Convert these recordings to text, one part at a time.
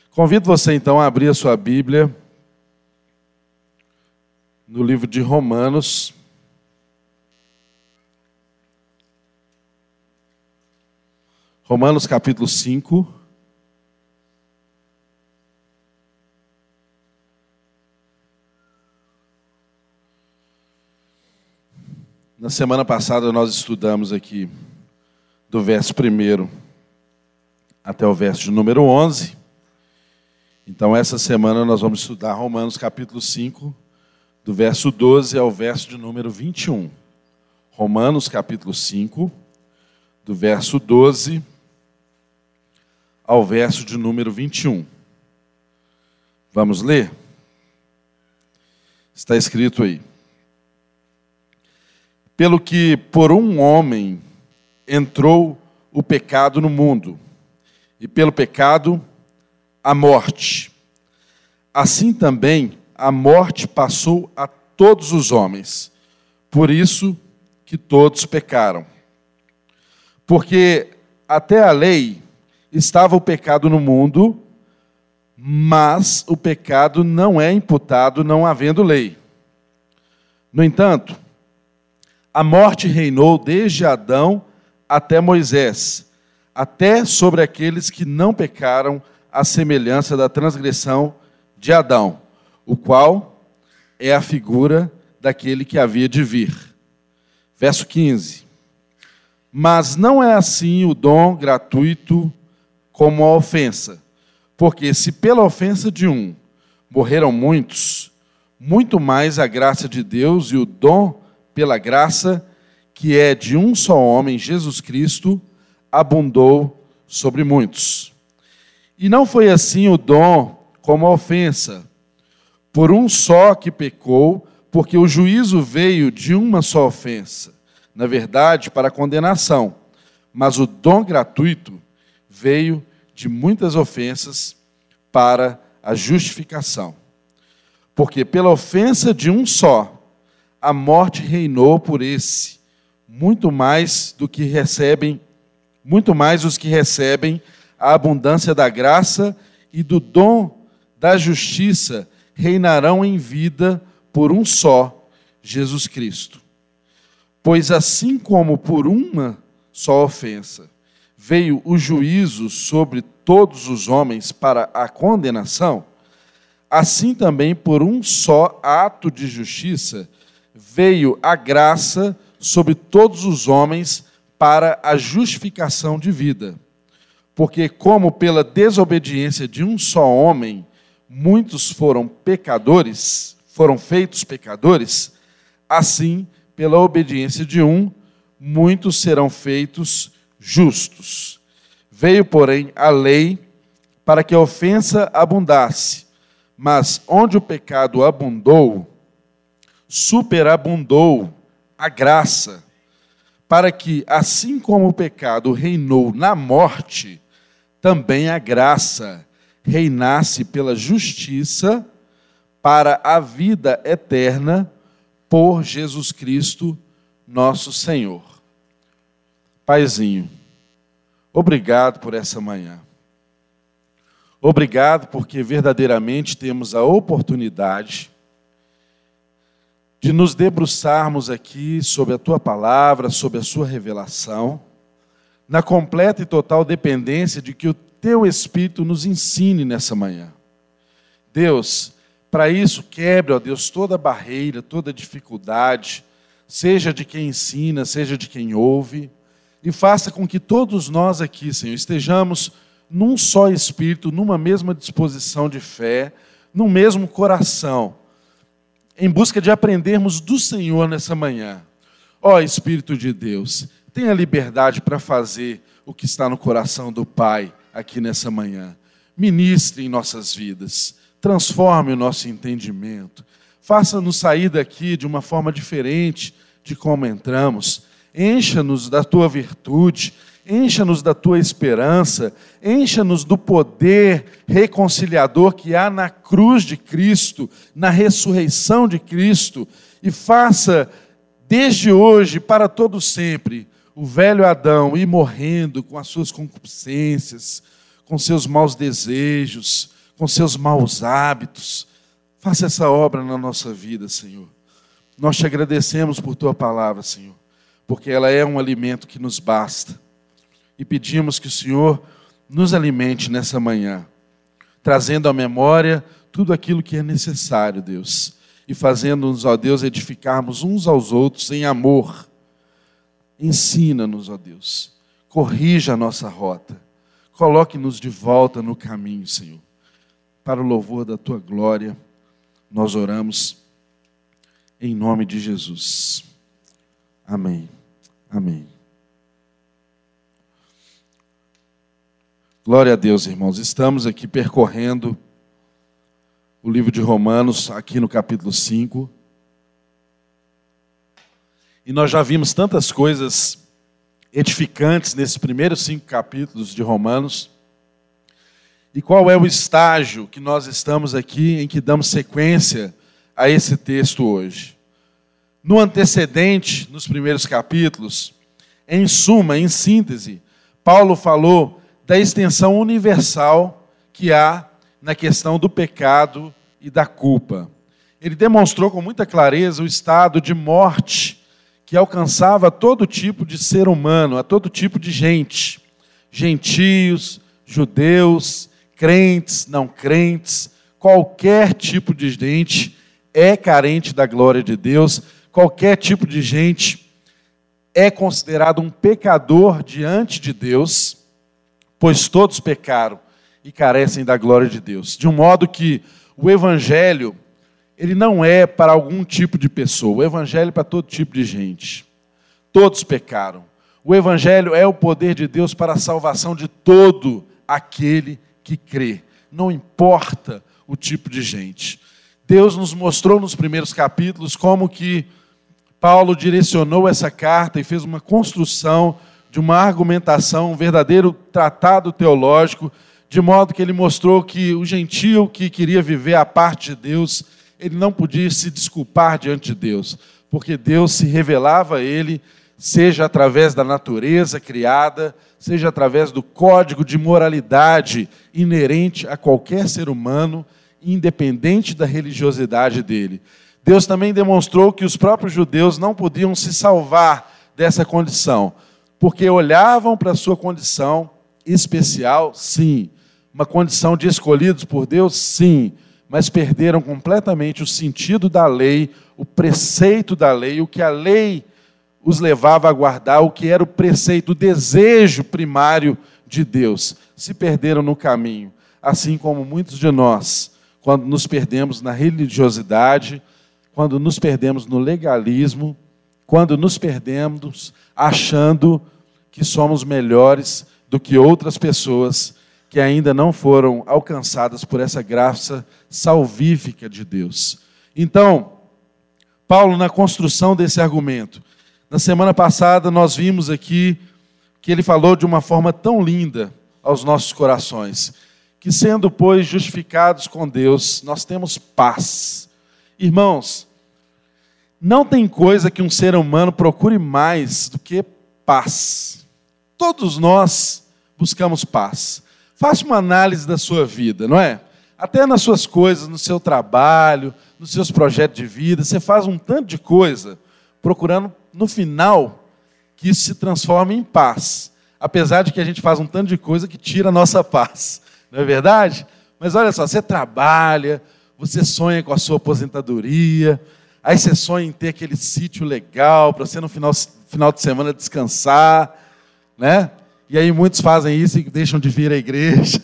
Convido você então a abrir a sua Bíblia no livro de Romanos. Romanos capítulo 5. Na semana passada nós estudamos aqui do verso 1 até o verso de número 11. Então essa semana nós vamos estudar Romanos capítulo 5, do verso 12 ao verso de número 21. Romanos capítulo 5, do verso 12 ao verso de número 21. Vamos ler? Está escrito aí. Pelo que por um homem entrou o pecado no mundo, e pelo pecado a morte. Assim também a morte passou a todos os homens, por isso que todos pecaram. Porque até a lei estava o pecado no mundo, mas o pecado não é imputado não havendo lei. No entanto, a morte reinou desde Adão até Moisés, até sobre aqueles que não pecaram à semelhança da transgressão de Adão, o qual é a figura daquele que havia de vir. Verso 15. Mas não é assim o dom gratuito como a ofensa, porque se pela ofensa de um morreram muitos, muito mais a graça de Deus e o dom pela graça, que é de um só homem, Jesus Cristo, abundou sobre muitos. E não foi assim o dom como a ofensa, por um só que pecou, porque o juízo veio de uma só ofensa, na verdade, para a condenação, mas o dom gratuito veio de muitas ofensas para a justificação. Porque pela ofensa de um só, a morte reinou por esse, muito mais os que recebem a abundância da graça e do dom da justiça reinarão em vida por um só, Jesus Cristo. Pois assim como por uma só ofensa veio o juízo sobre todos os homens para a condenação, assim também por um só ato de justiça veio a graça sobre todos os homens para a justificação de vida. Porque como pela desobediência de um só homem, muitos foram feitos pecadores, assim, pela obediência de um, muitos serão feitos justos. Veio, porém, a lei para que a ofensa abundasse, mas onde o pecado abundou, superabundou a graça, para que, assim como o pecado reinou na morte, também a graça reinasse pela justiça para a vida eterna por Jesus Cristo, nosso Senhor. Paizinho, obrigado por essa manhã. Obrigado porque verdadeiramente temos a oportunidade de nos debruçarmos aqui sobre a Tua palavra, sobre a Sua revelação, na completa e total dependência de que o Teu Espírito nos ensine nessa manhã. Deus, para isso quebre, ó Deus, toda barreira, toda dificuldade, seja de quem ensina, seja de quem ouve, e faça com que todos nós aqui, Senhor, estejamos num só Espírito, numa mesma disposição de fé, num mesmo coração, em busca de aprendermos do Senhor nessa manhã. Ó Espírito de Deus, tenha liberdade para fazer o que está no coração do Pai aqui nessa manhã. Ministre em nossas vidas, transforme o nosso entendimento, faça-nos sair daqui de uma forma diferente de como entramos, encha-nos da Tua virtude, encha-nos da Tua esperança, encha-nos do poder reconciliador que há na cruz de Cristo, na ressurreição de Cristo, e faça, desde hoje, para todo sempre, o velho Adão ir morrendo com as suas concupiscências, com seus maus desejos, com seus maus hábitos. Faça essa obra na nossa vida, Senhor. Nós te agradecemos por tua palavra, Senhor, porque ela é um alimento que nos basta. E pedimos que o Senhor nos alimente nessa manhã, trazendo à memória tudo aquilo que é necessário, Deus, e fazendo-nos, ó Deus, edificarmos uns aos outros em amor. Ensina-nos, ó Deus, corrija a nossa rota, coloque-nos de volta no caminho, Senhor. Para o louvor da tua glória, nós oramos em nome de Jesus. Amém. Amém. Glória a Deus, irmãos. Estamos aqui percorrendo o livro de Romanos, aqui no capítulo 5. E nós já vimos tantas coisas edificantes nesses primeiros 5 capítulos de Romanos. E qual é o estágio que nós estamos aqui, em que damos sequência a esse texto hoje? No antecedente, nos primeiros capítulos, em suma, em síntese, Paulo falou da extensão universal que há na questão do pecado e da culpa. Ele demonstrou com muita clareza o estado de morte que alcançava todo tipo de ser humano, a todo tipo de gente, gentios, judeus, crentes, não crentes, qualquer tipo de gente é carente da glória de Deus, qualquer tipo de gente é considerado um pecador diante de Deus, pois todos pecaram e carecem da glória de Deus. De um modo que o Evangelho, ele não é para algum tipo de pessoa, o Evangelho é para todo tipo de gente. Todos pecaram. O Evangelho é o poder de Deus para a salvação de todo aquele que crê. Não importa o tipo de gente. Deus nos mostrou nos primeiros capítulos como que Paulo direcionou essa carta e fez uma construção de uma argumentação, um verdadeiro tratado teológico, de modo que ele mostrou que o gentio que queria viver à parte de Deus, ele não podia se desculpar diante de Deus, porque Deus se revelava a ele, seja através da natureza criada, seja através do código de moralidade inerente a qualquer ser humano, independente da religiosidade dele. Deus também demonstrou que os próprios judeus não podiam se salvar dessa condição, porque olhavam para a sua condição especial, sim, uma condição de escolhidos por Deus, sim, mas perderam completamente o sentido da lei, o preceito da lei, o que a lei os levava a guardar, o que era o preceito, o desejo primário de Deus. Se perderam no caminho, assim como muitos de nós, quando nos perdemos na religiosidade, quando nos perdemos no legalismo, quando nos perdemos achando que somos melhores do que outras pessoas que ainda não foram alcançadas por essa graça salvífica de Deus. Então, Paulo, na construção desse argumento, na semana passada nós vimos aqui que ele falou de uma forma tão linda aos nossos corações, que sendo, pois, justificados com Deus, nós temos paz. Irmãos, não tem coisa que um ser humano procure mais do que paz. Todos nós buscamos paz. Faça uma análise da sua vida, não é? Até nas suas coisas, no seu trabalho, nos seus projetos de vida, você faz um tanto de coisa, procurando, no final, que isso se transforme em paz. Apesar de que a gente faz um tanto de coisa que tira a nossa paz. Não é verdade? Mas olha só, você trabalha, você sonha com a sua aposentadoria, aí você sonha em ter aquele sítio legal para você no final de semana descansar, né? E aí muitos fazem isso e deixam de vir à igreja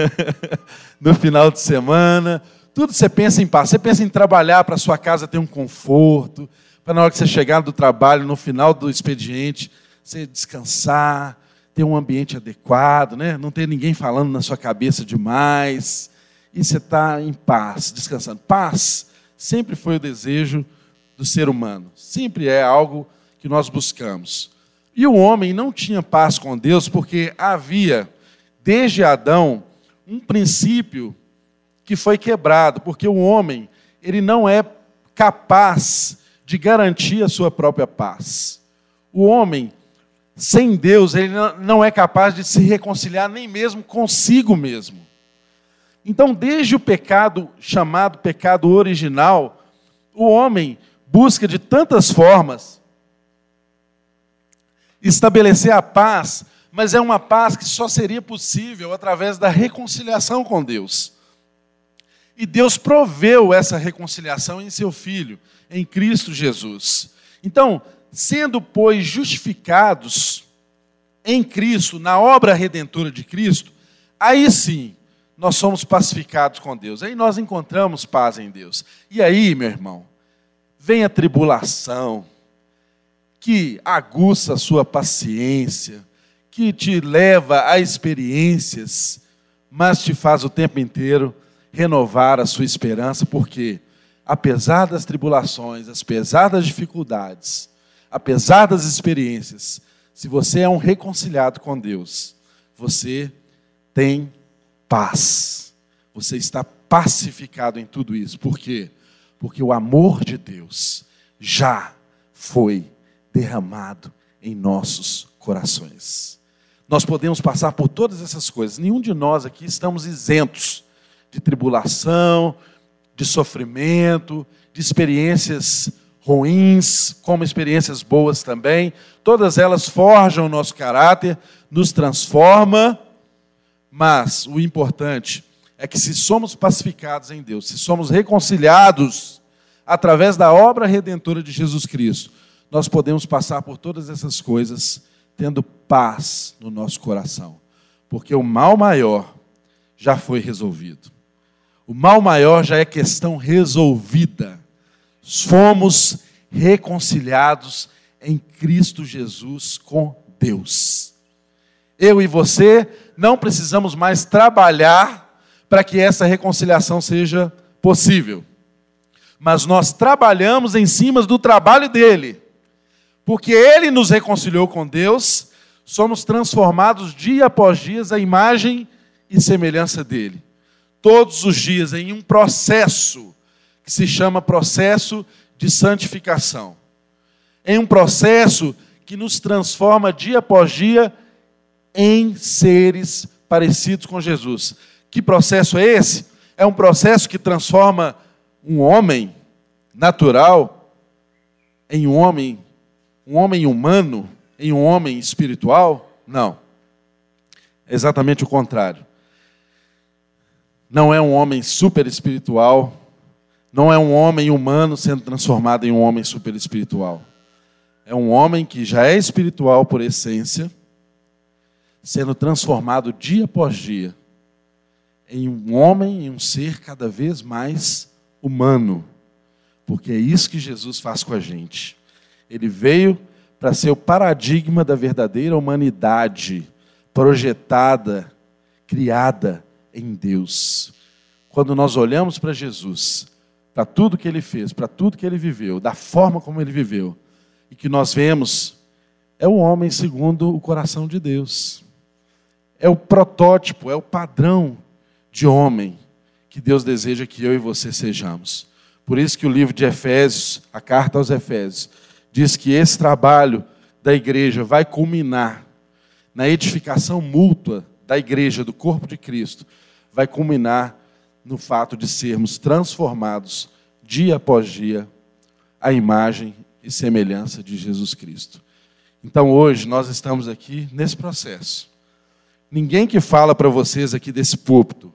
no final de semana. Tudo você pensa em paz. Você pensa em trabalhar para a sua casa ter um conforto, para na hora que você chegar do trabalho, no final do expediente, você descansar, ter um ambiente adequado, né? Não ter ninguém falando na sua cabeça demais. E você está em paz, descansando. Paz sempre foi o desejo do ser humano. Sempre é algo que nós buscamos. E o homem não tinha paz com Deus porque havia, desde Adão, um princípio que foi quebrado. Porque o homem, ele não é capaz de garantir a sua própria paz. O homem, sem Deus, ele não é capaz de se reconciliar nem mesmo consigo mesmo. Então, desde o pecado, chamado pecado original, o homem busca de tantas formas estabelecer a paz, mas é uma paz que só seria possível através da reconciliação com Deus. E Deus proveu essa reconciliação em seu Filho, em Cristo Jesus. Então, sendo, pois, justificados em Cristo, na obra redentora de Cristo, aí sim, nós somos pacificados com Deus. Aí nós encontramos paz em Deus. E aí, meu irmão, vem a tribulação, que aguça a sua paciência, que te leva a experiências, mas te faz o tempo inteiro renovar a sua esperança, porque apesar das tribulações, apesar das dificuldades, apesar das experiências, se você é um reconciliado com Deus, você tem paz. Você está pacificado em tudo isso. Por quê? Porque o amor de Deus já foi derramado em nossos corações. Nós podemos passar por todas essas coisas. Nenhum de nós aqui estamos isentos de tribulação, de sofrimento, de experiências ruins, como experiências boas também. Todas elas forjam o nosso caráter, nos transformam, mas o importante é que se somos pacificados em Deus, se somos reconciliados através da obra redentora de Jesus Cristo, nós podemos passar por todas essas coisas tendo paz no nosso coração, porque o mal maior já foi resolvido. O mal maior já é questão resolvida. Fomos reconciliados em Cristo Jesus com Deus. Eu e você não precisamos mais trabalhar para que essa reconciliação seja possível. Mas nós trabalhamos em cima do trabalho dele. Porque ele nos reconciliou com Deus, somos transformados dia após dia à imagem e semelhança dele. Todos os dias em um processo que se chama processo de santificação. Em um processo que nos transforma dia após dia em seres parecidos com Jesus. Que processo é esse? É um processo que transforma um homem natural em um homem humano, em um homem espiritual? Não. É exatamente o contrário. Não é um homem super espiritual, não é um homem humano sendo transformado em um homem super espiritual. É um homem que já é espiritual por essência, sendo transformado dia após dia em um homem, em um ser cada vez mais humano. Porque é isso que Jesus faz com a gente. Ele veio para ser o paradigma da verdadeira humanidade, projetada, criada em Deus. Quando nós olhamos para Jesus, para tudo que ele fez, para tudo que ele viveu, da forma como ele viveu, e que nós vemos, é o homem segundo o coração de Deus. É o protótipo, é o padrão de homem que Deus deseja que eu e você sejamos. Por isso que o livro de Efésios, a carta aos Efésios, diz que esse trabalho da igreja vai culminar na edificação mútua da igreja, do corpo de Cristo, vai culminar no fato de sermos transformados dia após dia à imagem e semelhança de Jesus Cristo. Então hoje nós estamos aqui nesse processo. Ninguém que fala para vocês aqui desse púlpito,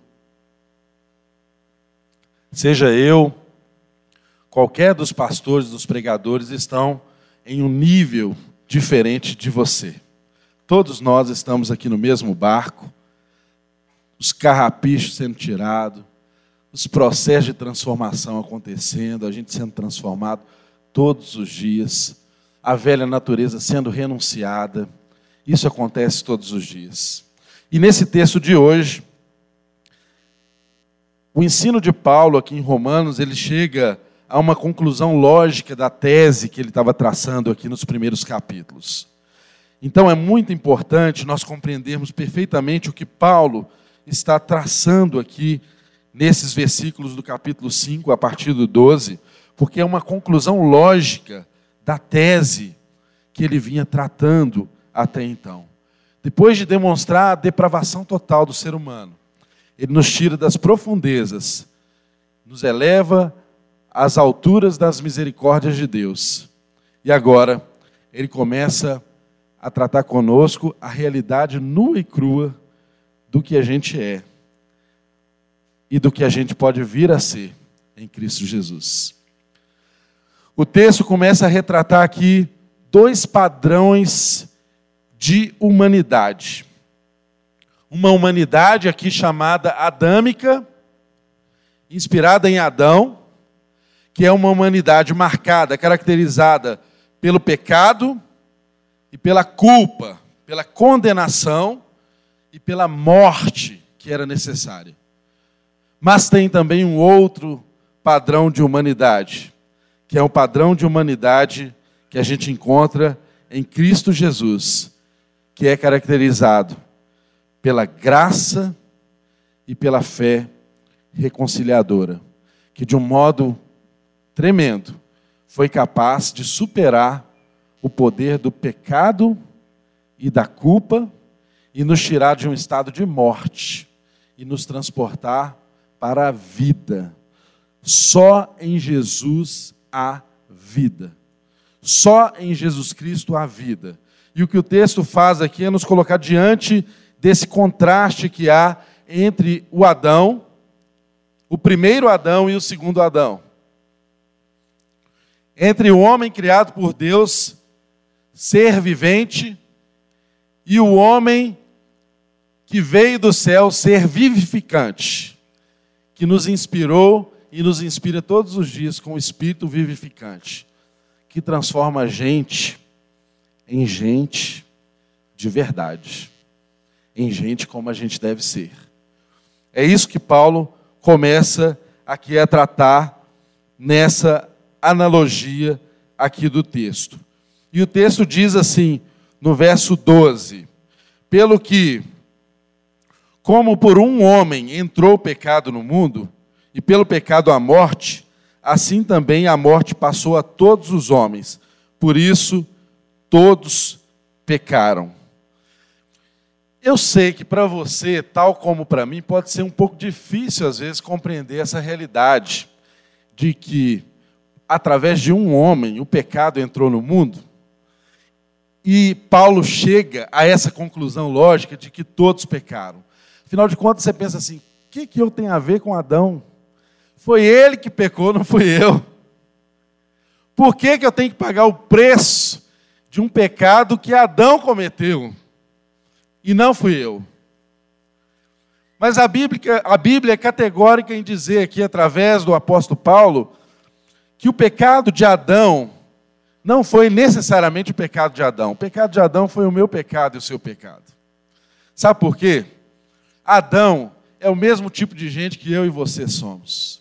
seja eu, qualquer dos pastores, dos pregadores, estão em um nível diferente de você. Todos nós estamos aqui no mesmo barco, os carrapichos sendo tirados, os processos de transformação acontecendo, a gente sendo transformado todos os dias, a velha natureza sendo renunciada. Isso acontece todos os dias. E nesse texto de hoje, o ensino de Paulo aqui em Romanos, ele chega a uma conclusão lógica da tese que ele estava traçando aqui nos primeiros capítulos. Então é muito importante nós compreendermos perfeitamente o que Paulo está traçando aqui nesses versículos do capítulo 5, a partir do 12, porque é uma conclusão lógica da tese que ele vinha tratando até então. Depois de demonstrar a depravação total do ser humano, Ele nos tira das profundezas, nos eleva às alturas das misericórdias de Deus. E agora, Ele começa a tratar conosco a realidade nua e crua do que a gente é e do que a gente pode vir a ser em Cristo Jesus. O texto começa a retratar aqui 2 padrões de humanidade. Uma humanidade aqui chamada adâmica, inspirada em Adão, que é uma humanidade marcada, caracterizada pelo pecado e pela culpa, pela condenação e pela morte que era necessária. Mas tem também um outro padrão de humanidade, que é um padrão de humanidade que a gente encontra em Cristo Jesus, que é caracterizado pela graça e pela fé reconciliadora, que de um modo tremendo foi capaz de superar o poder do pecado e da culpa e nos tirar de um estado de morte e nos transportar para a vida. Só em Jesus há vida. Só em Jesus Cristo há vida. E o que o texto faz aqui é nos colocar diante desse contraste que há entre o Adão, o primeiro Adão e o segundo Adão. Entre o homem criado por Deus, ser vivente, e o homem que veio do céu, ser vivificante, que nos inspirou e nos inspira todos os dias com o Espírito vivificante, que transforma a gente em gente de verdade, em gente como a gente deve ser. É isso que Paulo começa aqui a tratar nessa analogia aqui do texto. E o texto diz assim, no verso 12, pelo que, como por um homem entrou o pecado no mundo, e pelo pecado a morte, assim também a morte passou a todos os homens. Por isso, todos pecaram. Eu sei que para você, tal como para mim, pode ser um pouco difícil, às vezes, compreender essa realidade de que, através de um homem, o pecado entrou no mundo. E Paulo chega a essa conclusão lógica de que todos pecaram. Afinal de contas, você pensa assim, o que eu tenho a ver com Adão? Foi ele que pecou, não fui eu. Por que eu tenho que pagar o preço de um pecado que Adão cometeu? E não fui eu. Mas a Bíblia é categórica em dizer aqui, através do apóstolo Paulo, que o pecado de Adão não foi necessariamente o pecado de Adão. O pecado de Adão foi o meu pecado e o seu pecado. Sabe por quê? Adão é o mesmo tipo de gente que eu e você somos.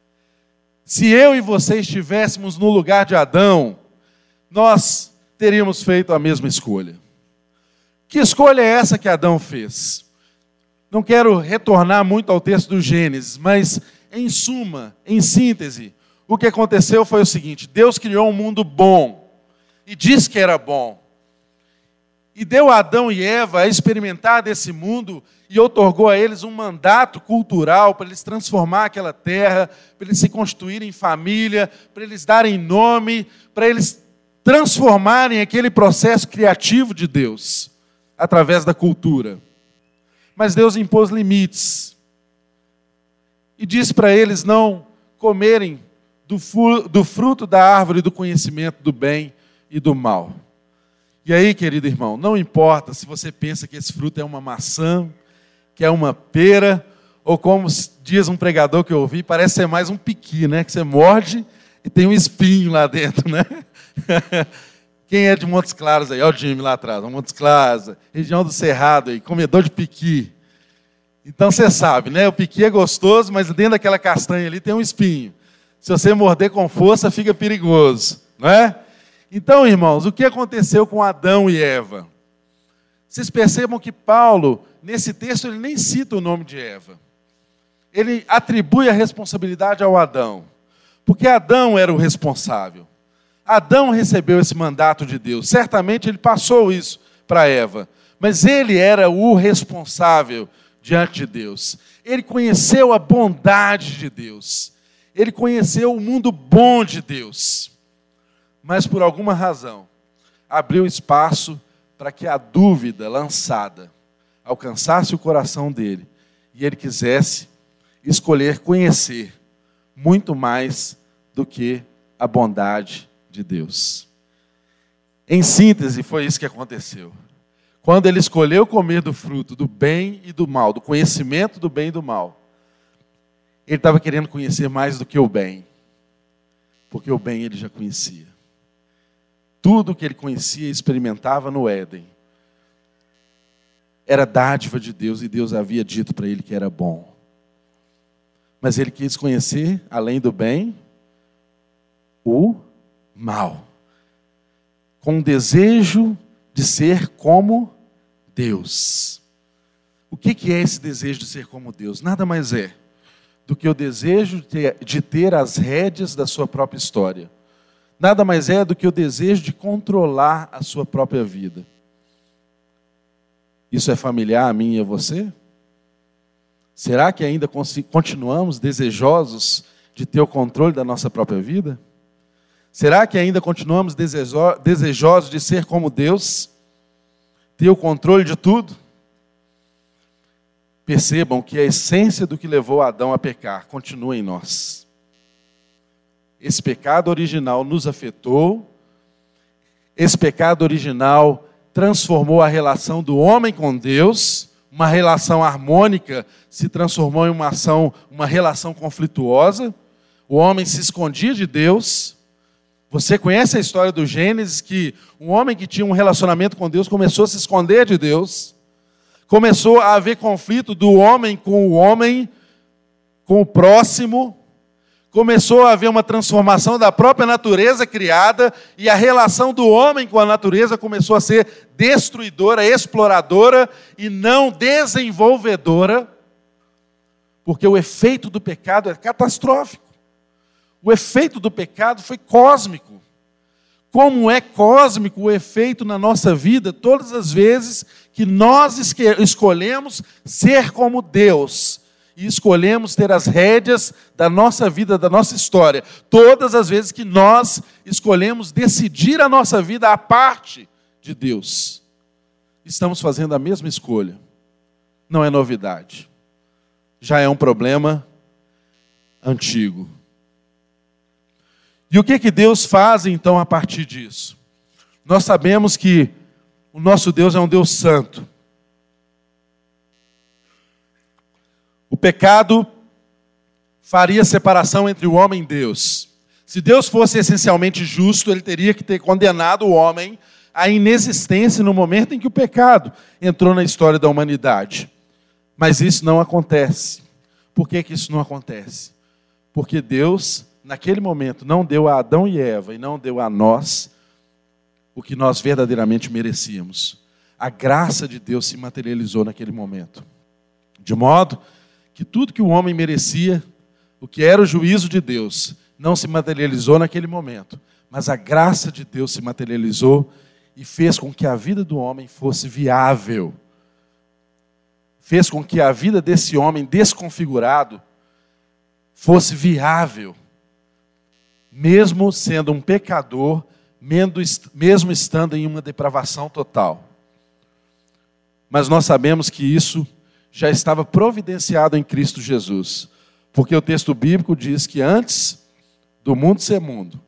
Se eu e você estivéssemos no lugar de Adão, nós teríamos feito a mesma escolha. Que escolha é essa que Adão fez? Não quero retornar muito ao texto do Gênesis, mas em suma, em síntese, o que aconteceu foi o seguinte: Deus criou um mundo bom e disse que era bom. E deu a Adão e Eva a experimentar desse mundo e outorgou a eles um mandato cultural para eles transformar aquela terra, para eles se constituírem em família, para eles darem nome, para eles transformarem aquele processo criativo de Deus através da cultura. Mas Deus impôs limites e disse para eles não comerem do fruto da árvore do conhecimento do bem e do mal. E aí, querido irmão, não importa se você pensa que esse fruto é uma maçã, que é uma pera, ou como diz um pregador que eu ouvi, parece ser mais um piqui, né? Que você morde e tem um espinho lá dentro, né? Quem é de Montes Claros aí? Olha o Jimmy lá atrás, Montes Claros, região do Cerrado aí, comedor de piqui. Então você sabe, né? O piqui é gostoso, mas dentro daquela castanha ali tem um espinho. Se você morder com força, fica perigoso, não é? Então, irmãos, o que aconteceu com Adão e Eva? Vocês percebam que Paulo, nesse texto, ele nem cita o nome de Eva. Ele atribui a responsabilidade ao Adão, porque Adão era o responsável. Adão recebeu esse mandato de Deus. Certamente ele passou isso para Eva, mas ele era o responsável diante de Deus. Ele conheceu a bondade de Deus. Ele conheceu o mundo bom de Deus. Mas por alguma razão, abriu espaço para que a dúvida lançada alcançasse o coração dele e ele quisesse escolher conhecer muito mais do que a bondade de Deus. Em síntese, foi isso que aconteceu. Quando ele escolheu comer do fruto do bem e do mal, do conhecimento do bem e do mal, ele estava querendo conhecer mais do que o bem, porque o bem ele já conhecia. Tudo que ele conhecia e experimentava no Éden era dádiva de Deus e Deus havia dito para ele que era bom. Mas ele quis conhecer, além do bem, o mal. Com o desejo de ser como Deus. O que é esse desejo de ser como Deus? Nada mais é do que o desejo de ter as rédeas da sua própria história. Nada mais é do que o desejo de controlar a sua própria vida. Isso é familiar a mim e a você? Será que ainda continuamos desejosos de ter o controle da nossa própria vida? Será que ainda continuamos desejosos de ser como Deus? Ter o controle de tudo? Percebam que a essência do que levou Adão a pecar continua em nós. Esse pecado original nos afetou. Esse pecado original transformou a relação do homem com Deus. Uma relação harmônica se transformou em uma relação conflituosa. O homem se escondia de Deus. Você conhece a história do Gênesis, que um homem que tinha um relacionamento com Deus começou a se esconder de Deus. Começou a haver conflito do homem, com o próximo. Começou a haver uma transformação da própria natureza criada e a relação do homem com a natureza começou a ser destruidora, exploradora e não desenvolvedora, porque o efeito do pecado é catastrófico. O efeito do pecado foi cósmico. Como é cósmico o efeito na nossa vida todas as vezes que nós escolhemos ser como Deus e escolhemos ter as rédeas da nossa vida, da nossa história. Todas as vezes que nós escolhemos decidir a nossa vida à parte de Deus, estamos fazendo a mesma escolha. Não é novidade. Já é um problema antigo. E o que Deus faz então a partir disso? Nós sabemos que o nosso Deus é um Deus santo. O pecado faria separação entre o homem e Deus. Se Deus fosse essencialmente justo, ele teria que ter condenado o homem à inexistência no momento em que o pecado entrou na história da humanidade. Mas isso não acontece. Por que isso não acontece? Porque Deus, naquele momento, não deu a Adão e Eva e não deu a nós o que nós verdadeiramente merecíamos. A graça de Deus se materializou naquele momento. De modo que tudo que o homem merecia, o que era o juízo de Deus, não se materializou naquele momento. Mas a graça de Deus se materializou e fez com que a vida do homem fosse viável. Fez com que a vida desse homem desconfigurado fosse viável. Mesmo sendo um pecador, mesmo estando em uma depravação total. Mas nós sabemos que isso já estava providenciado em Cristo Jesus. Porque o texto bíblico diz que antes do mundo ser mundo,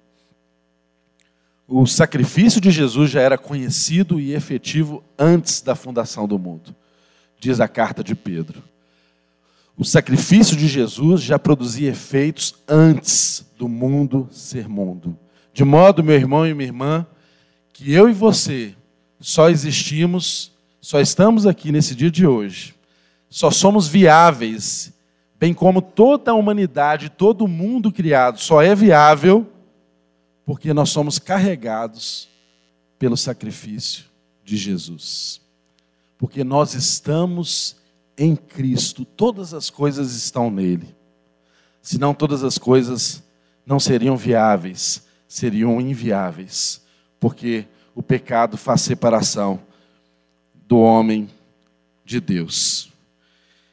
o sacrifício de Jesus já era conhecido e efetivo antes da fundação do mundo. Diz a carta de Pedro. O sacrifício de Jesus já produzia efeitos antes do mundo ser mundo. De modo, meu irmão e minha irmã, que eu e você só estamos aqui nesse dia de hoje, só somos viáveis, bem como toda a humanidade, todo o mundo criado, só é viável porque nós somos carregados pelo sacrifício de Jesus. Porque nós estamos em Cristo, todas as coisas estão nele. Senão todas as coisas não seriam viáveis, seriam inviáveis. Porque o pecado faz separação do homem de Deus.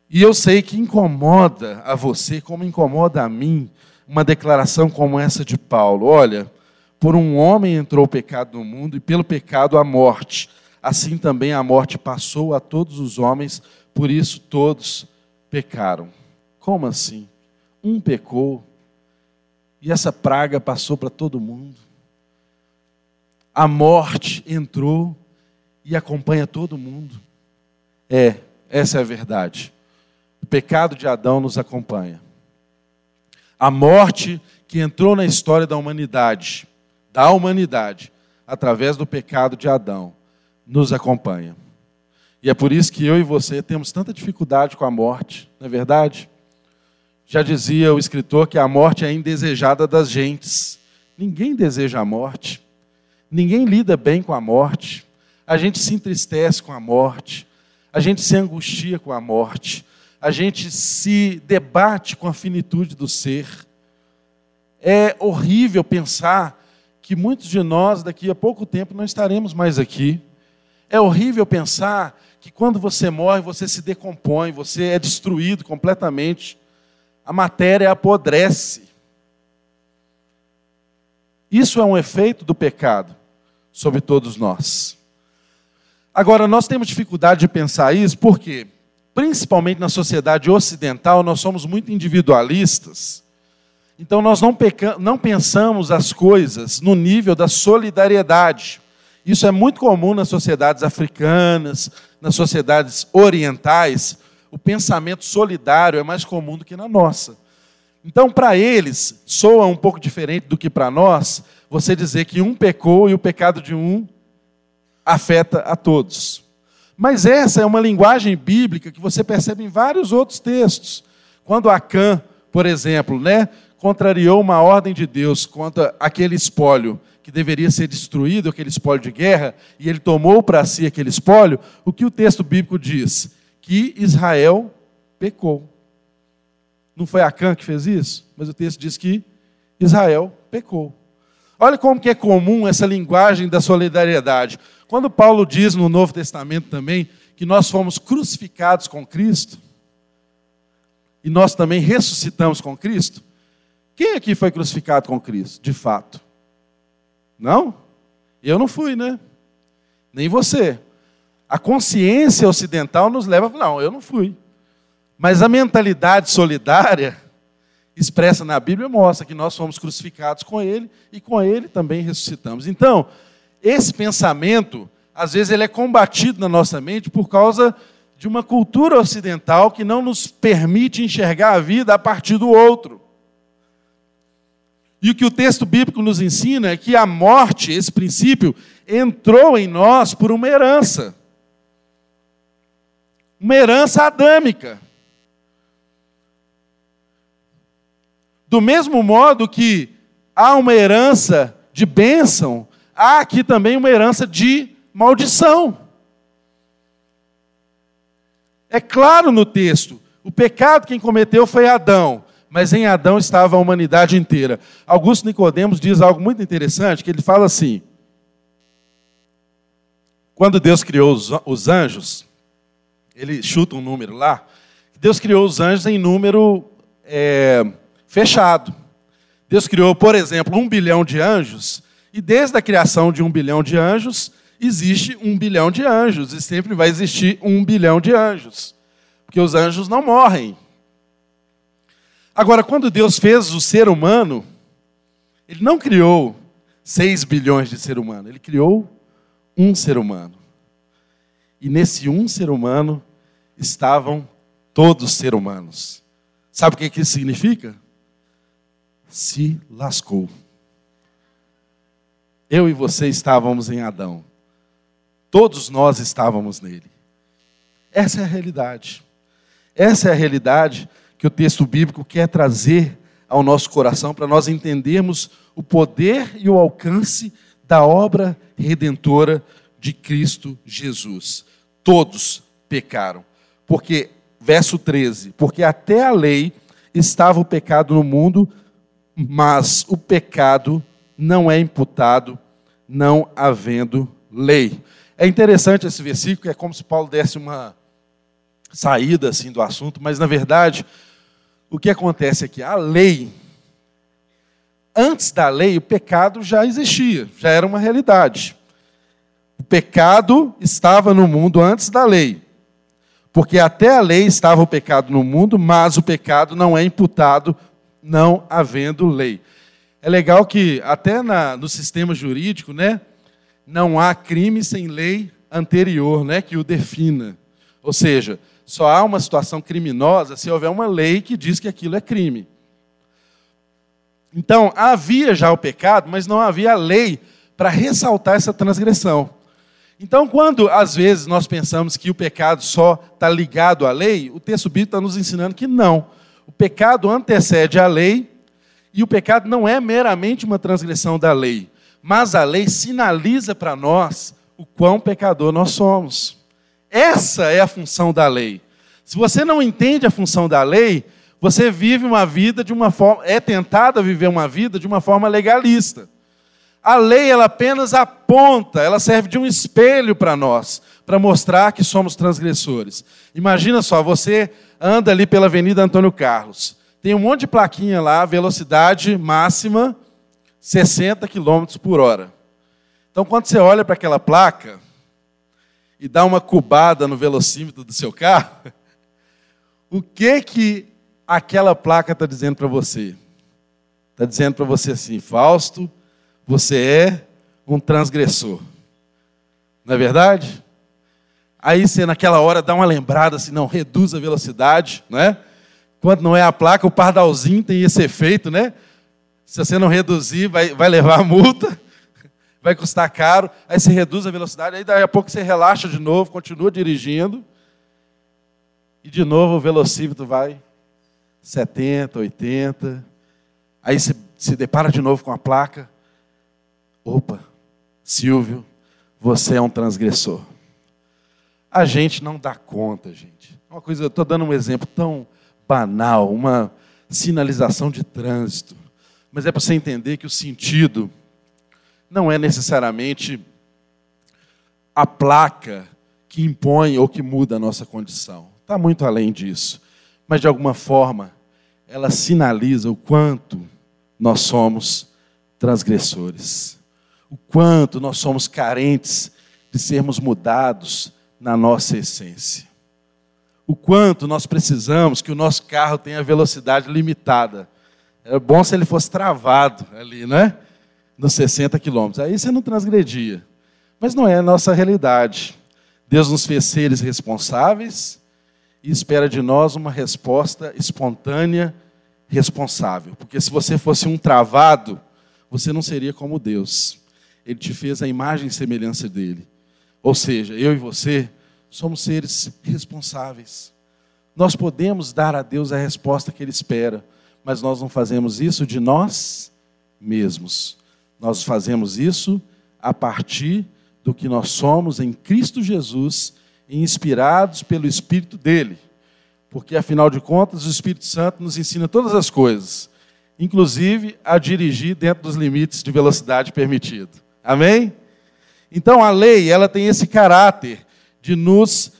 E eu sei que incomoda a você, como incomoda a mim, uma declaração como essa de Paulo. Olha, por um homem entrou o pecado no mundo e pelo pecado a morte. Assim também a morte passou a todos os homens, por isso todos pecaram. Como assim? Um pecou e essa praga passou para todo mundo. A morte entrou e acompanha todo mundo. Essa é a verdade. O pecado de Adão nos acompanha. A morte que entrou na história da humanidade, através do pecado de Adão, nos acompanha. E é por isso que eu e você temos tanta dificuldade com a morte, não é verdade? Já dizia o escritor que a morte é indesejada das gentes. Ninguém deseja a morte. Ninguém lida bem com a morte. A gente se entristece com a morte. A gente se angustia com a morte. A gente se debate com a finitude do ser. É horrível pensar que muitos de nós daqui a pouco tempo não estaremos mais aqui. É horrível pensar que quando você morre, você se decompõe, você é destruído completamente. A matéria apodrece. Isso é um efeito do pecado sobre todos nós. Agora, nós temos dificuldade de pensar isso porque, principalmente na sociedade ocidental, nós somos muito individualistas. Então, nós não pensamos as coisas no nível da solidariedade. Isso é muito comum nas sociedades africanas, nas sociedades orientais. O pensamento solidário é mais comum do que na nossa. Então, para eles, soa um pouco diferente do que para nós, você dizer que um pecou e o pecado de um afeta a todos. Mas essa é uma linguagem bíblica que você percebe em vários outros textos. Quando Acã, por exemplo, contrariou uma ordem de Deus contra aquele espólio que deveria ser destruído, aquele espólio de guerra, e ele tomou para si aquele espólio, o que o texto bíblico diz? Que Israel pecou. Não foi Acã que fez isso? Mas o texto diz que Israel pecou. Olha como que é comum essa linguagem da solidariedade. Quando Paulo diz no Novo Testamento também que nós fomos crucificados com Cristo, e nós também ressuscitamos com Cristo, quem aqui foi crucificado com Cristo, de fato? Não? Eu não fui, né? Nem você. A consciência ocidental nos leva a falar, não, eu não fui. Mas a mentalidade solidária, expressa na Bíblia, mostra que nós fomos crucificados com Ele e com Ele também ressuscitamos. Então, esse pensamento, às vezes, ele é combatido na nossa mente por causa de uma cultura ocidental que não nos permite enxergar a vida a partir do outro. E o que o texto bíblico nos ensina é que a morte, esse princípio, entrou em nós por uma herança. Uma herança adâmica. Do mesmo modo que há uma herança de bênção, há aqui também uma herança de maldição. É claro no texto, o pecado quem cometeu foi Adão, mas em Adão estava a humanidade inteira. Augusto Nicodemos diz algo muito interessante, que ele fala assim, quando Deus criou os anjos, ele chuta um número lá, Deus criou os anjos em número fechado. Deus criou, por exemplo, 1 bilhão de anjos, e desde a criação de 1 bilhão de anjos, existe 1 bilhão de anjos, e sempre vai existir 1 bilhão de anjos, porque os anjos não morrem. Agora, quando Deus fez o ser humano, Ele não criou 6 bilhões de ser humano, Ele criou um ser humano. E nesse um ser humano estavam todos ser humanos. Sabe o que isso significa? Se lascou. Eu e você estávamos em Adão. Todos nós estávamos nele. Essa é a realidade. Essa é a realidade que o texto bíblico quer trazer ao nosso coração para nós entendermos o poder e o alcance da obra redentora de Cristo Jesus. Todos pecaram. Porque, verso 13, porque até a lei estava o pecado no mundo, mas o pecado não é imputado, não havendo lei. É interessante esse versículo, que é como se Paulo desse uma saída assim, do assunto, mas, na verdade, o que acontece aqui? A lei, antes da lei, o pecado já existia, já era uma realidade. O pecado estava no mundo antes da lei. Porque até a lei estava o pecado no mundo, mas o pecado não é imputado não havendo lei. É legal que até no sistema jurídico, né, não há crime sem lei anterior, né, que o defina. Ou seja, só há uma situação criminosa se houver uma lei que diz que aquilo é crime. Então, havia já o pecado, mas não havia a lei para ressaltar essa transgressão. Então, quando às vezes nós pensamos que o pecado só está ligado à lei, o texto bíblico está nos ensinando que não. O pecado antecede a lei, e o pecado não é meramente uma transgressão da lei, mas a lei sinaliza para nós o quão pecador nós somos. Essa é a função da lei. Se você não entende a função da lei, você vive uma vida de uma forma, é tentado a viver uma vida de uma forma legalista. A lei, ela apenas aponta, ela serve de um espelho para nós, para mostrar que somos transgressores. Imagina só, você anda ali pela Avenida Antônio Carlos, tem um monte de plaquinha lá, velocidade máxima, 60 km por hora. Então, quando você olha para aquela placa e dá uma cubada no velocímetro do seu carro, o que aquela placa está dizendo para você? Está dizendo para você assim: Fausto, você é um transgressor. Não é verdade? Aí você naquela hora dá uma lembrada assim, não, reduz a velocidade, não é? Quando não é a placa, o pardalzinho tem esse efeito, né? Se você não reduzir, vai levar a multa, vai custar caro. Aí você reduz a velocidade, aí daqui a pouco você relaxa de novo, continua dirigindo. E de novo o velocímetro vai 70, 80. Aí você se depara de novo com a placa. Opa, Silvio, você é um transgressor. A gente não dá conta, gente. Uma coisa, eu estou dando um exemplo tão banal, uma sinalização de trânsito. Mas é para você entender que o sentido não é necessariamente a placa que impõe ou que muda a nossa condição. Está muito além disso. Mas, de alguma forma, ela sinaliza o quanto nós somos transgressores. O quanto nós somos carentes de sermos mudados na nossa essência. O quanto nós precisamos que o nosso carro tenha velocidade limitada. É bom se ele fosse travado ali, né? Nos 60 quilômetros. Aí você não transgredia. Mas não é a nossa realidade. Deus nos fez seres responsáveis e espera de nós uma resposta espontânea, responsável. Porque se você fosse um travado, você não seria como Deus. Ele te fez a imagem e semelhança dele. Ou seja, eu e você somos seres responsáveis. Nós podemos dar a Deus a resposta que Ele espera, mas nós não fazemos isso de nós mesmos. Nós fazemos isso a partir do que nós somos em Cristo Jesus, inspirados pelo Espírito dele. Porque, afinal de contas, o Espírito Santo nos ensina todas as coisas, inclusive a dirigir dentro dos limites de velocidade permitido. Amém? Então, a lei, ela tem esse caráter de nos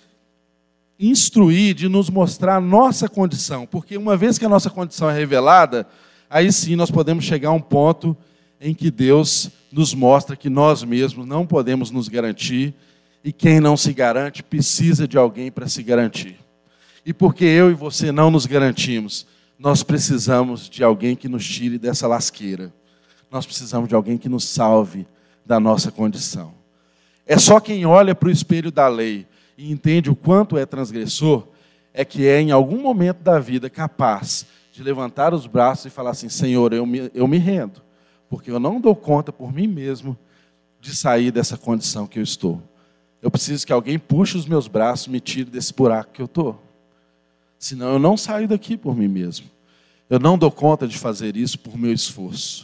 instruir, de nos mostrar a nossa condição. Porque uma vez que a nossa condição é revelada, aí sim nós podemos chegar a um ponto em que Deus nos mostra que nós mesmos não podemos nos garantir e quem não se garante precisa de alguém para se garantir. E porque eu e você não nos garantimos, nós precisamos de alguém que nos tire dessa lasqueira. Nós precisamos de alguém que nos salve da nossa condição. É só quem olha para o espelho da lei e entende o quanto é transgressor, é que é em algum momento da vida capaz de levantar os braços e falar assim: Senhor, eu me rendo, porque eu não dou conta por mim mesmo de sair dessa condição que eu estou. Eu preciso que alguém puxe os meus braços e me tire desse buraco que eu estou. Senão eu não saio daqui por mim mesmo. Eu não dou conta de fazer isso por meu esforço.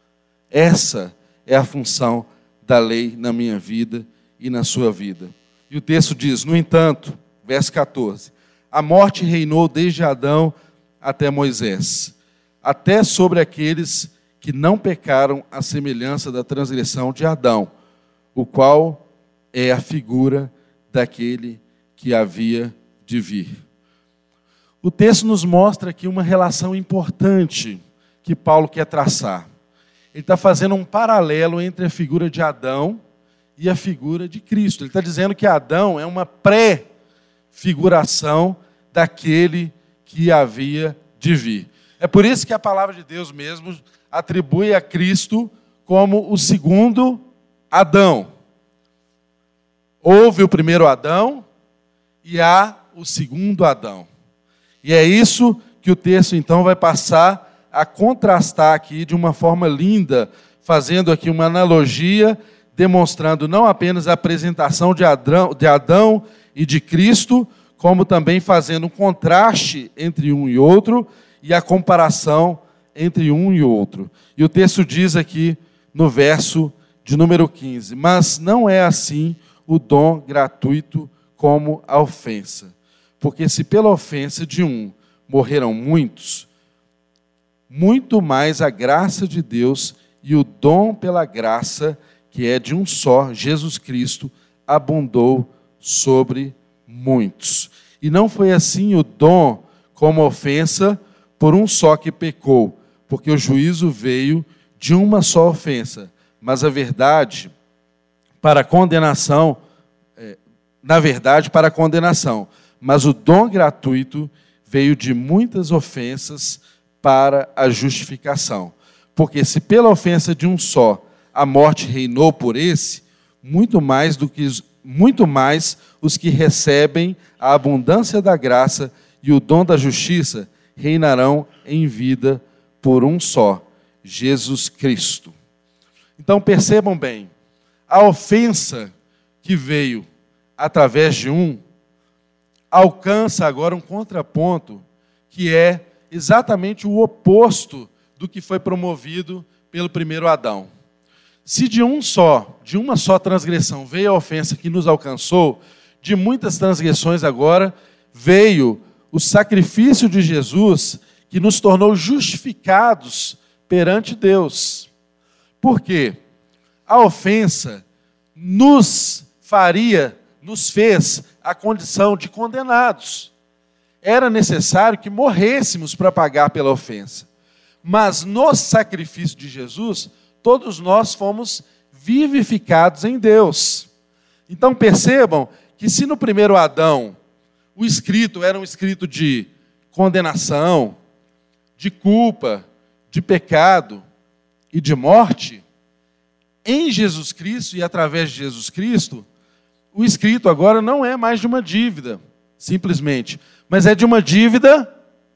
Essa é a função da lei na minha vida e na sua vida. E o texto diz, no entanto, verso 14, a morte reinou desde Adão até Moisés, até sobre aqueles que não pecaram à semelhança da transgressão de Adão, o qual é a figura daquele que havia de vir. O texto nos mostra aqui uma relação importante que Paulo quer traçar. Ele está fazendo um paralelo entre a figura de Adão e a figura de Cristo. Ele está dizendo que Adão é uma pré-figuração daquele que havia de vir. É por isso que a palavra de Deus mesmo atribui a Cristo como o segundo Adão. Houve o primeiro Adão e há o segundo Adão. E é isso que o texto então vai passar a contrastar aqui de uma forma linda, fazendo aqui uma analogia, demonstrando não apenas a apresentação de Adão e de Cristo, como também fazendo um contraste entre um e outro e a comparação entre um e outro. E o texto diz aqui no verso de número 15: mas não é assim o dom gratuito como a ofensa. Porque se pela ofensa de um morreram muitos, muito mais a graça de Deus e o dom pela graça, que é de um só, Jesus Cristo, abundou sobre muitos. E não foi assim o dom como a ofensa por um só que pecou, porque o juízo veio de uma só ofensa, mas a verdade para a condenação, para a condenação, mas o dom gratuito veio de muitas ofensas para a justificação. Porque se pela ofensa de um só a morte reinou por esse, muito mais os que recebem a abundância da graça e o dom da justiça reinarão em vida por um só, Jesus Cristo. Então percebam bem, a ofensa que veio através de um, alcança agora um contraponto que é exatamente o oposto do que foi promovido pelo primeiro Adão. Se de uma só transgressão veio a ofensa que nos alcançou, de muitas transgressões agora veio o sacrifício de Jesus que nos tornou justificados perante Deus. Por quê? A ofensa nos fez a condição de condenados. Era necessário que morrêssemos para pagar pela ofensa. Mas no sacrifício de Jesus, todos nós fomos vivificados em Deus. Então percebam que se no primeiro Adão o escrito era um escrito de condenação, de culpa, de pecado e de morte, em Jesus Cristo e através de Jesus Cristo, o escrito agora não é mais de uma dívida, simplesmente, mas é de uma dívida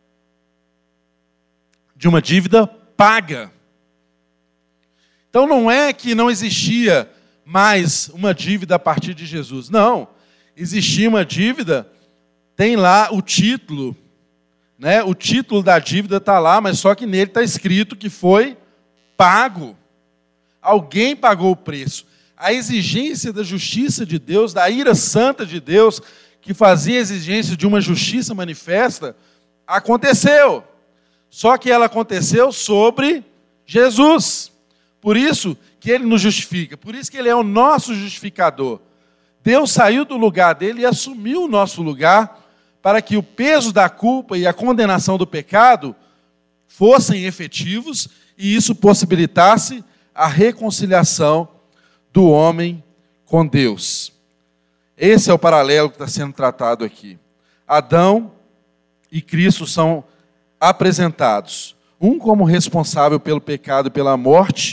paga. Então não é que não existia mais uma dívida a partir de Jesus. Não, existia uma dívida, tem lá o título, né? O título da dívida está lá, mas só que nele está escrito que foi pago. Alguém pagou o preço. A exigência da justiça de Deus, da ira santa de Deus, que fazia a exigência de uma justiça manifesta, aconteceu. Só que ela aconteceu sobre Jesus. Por isso que ele nos justifica, por isso que ele é o nosso justificador. Deus saiu do lugar dele e assumiu o nosso lugar para que o peso da culpa e a condenação do pecado fossem efetivos e isso possibilitasse a reconciliação do homem com Deus. Esse é o paralelo que está sendo tratado aqui. Adão e Cristo são apresentados, um como responsável pelo pecado e pela morte,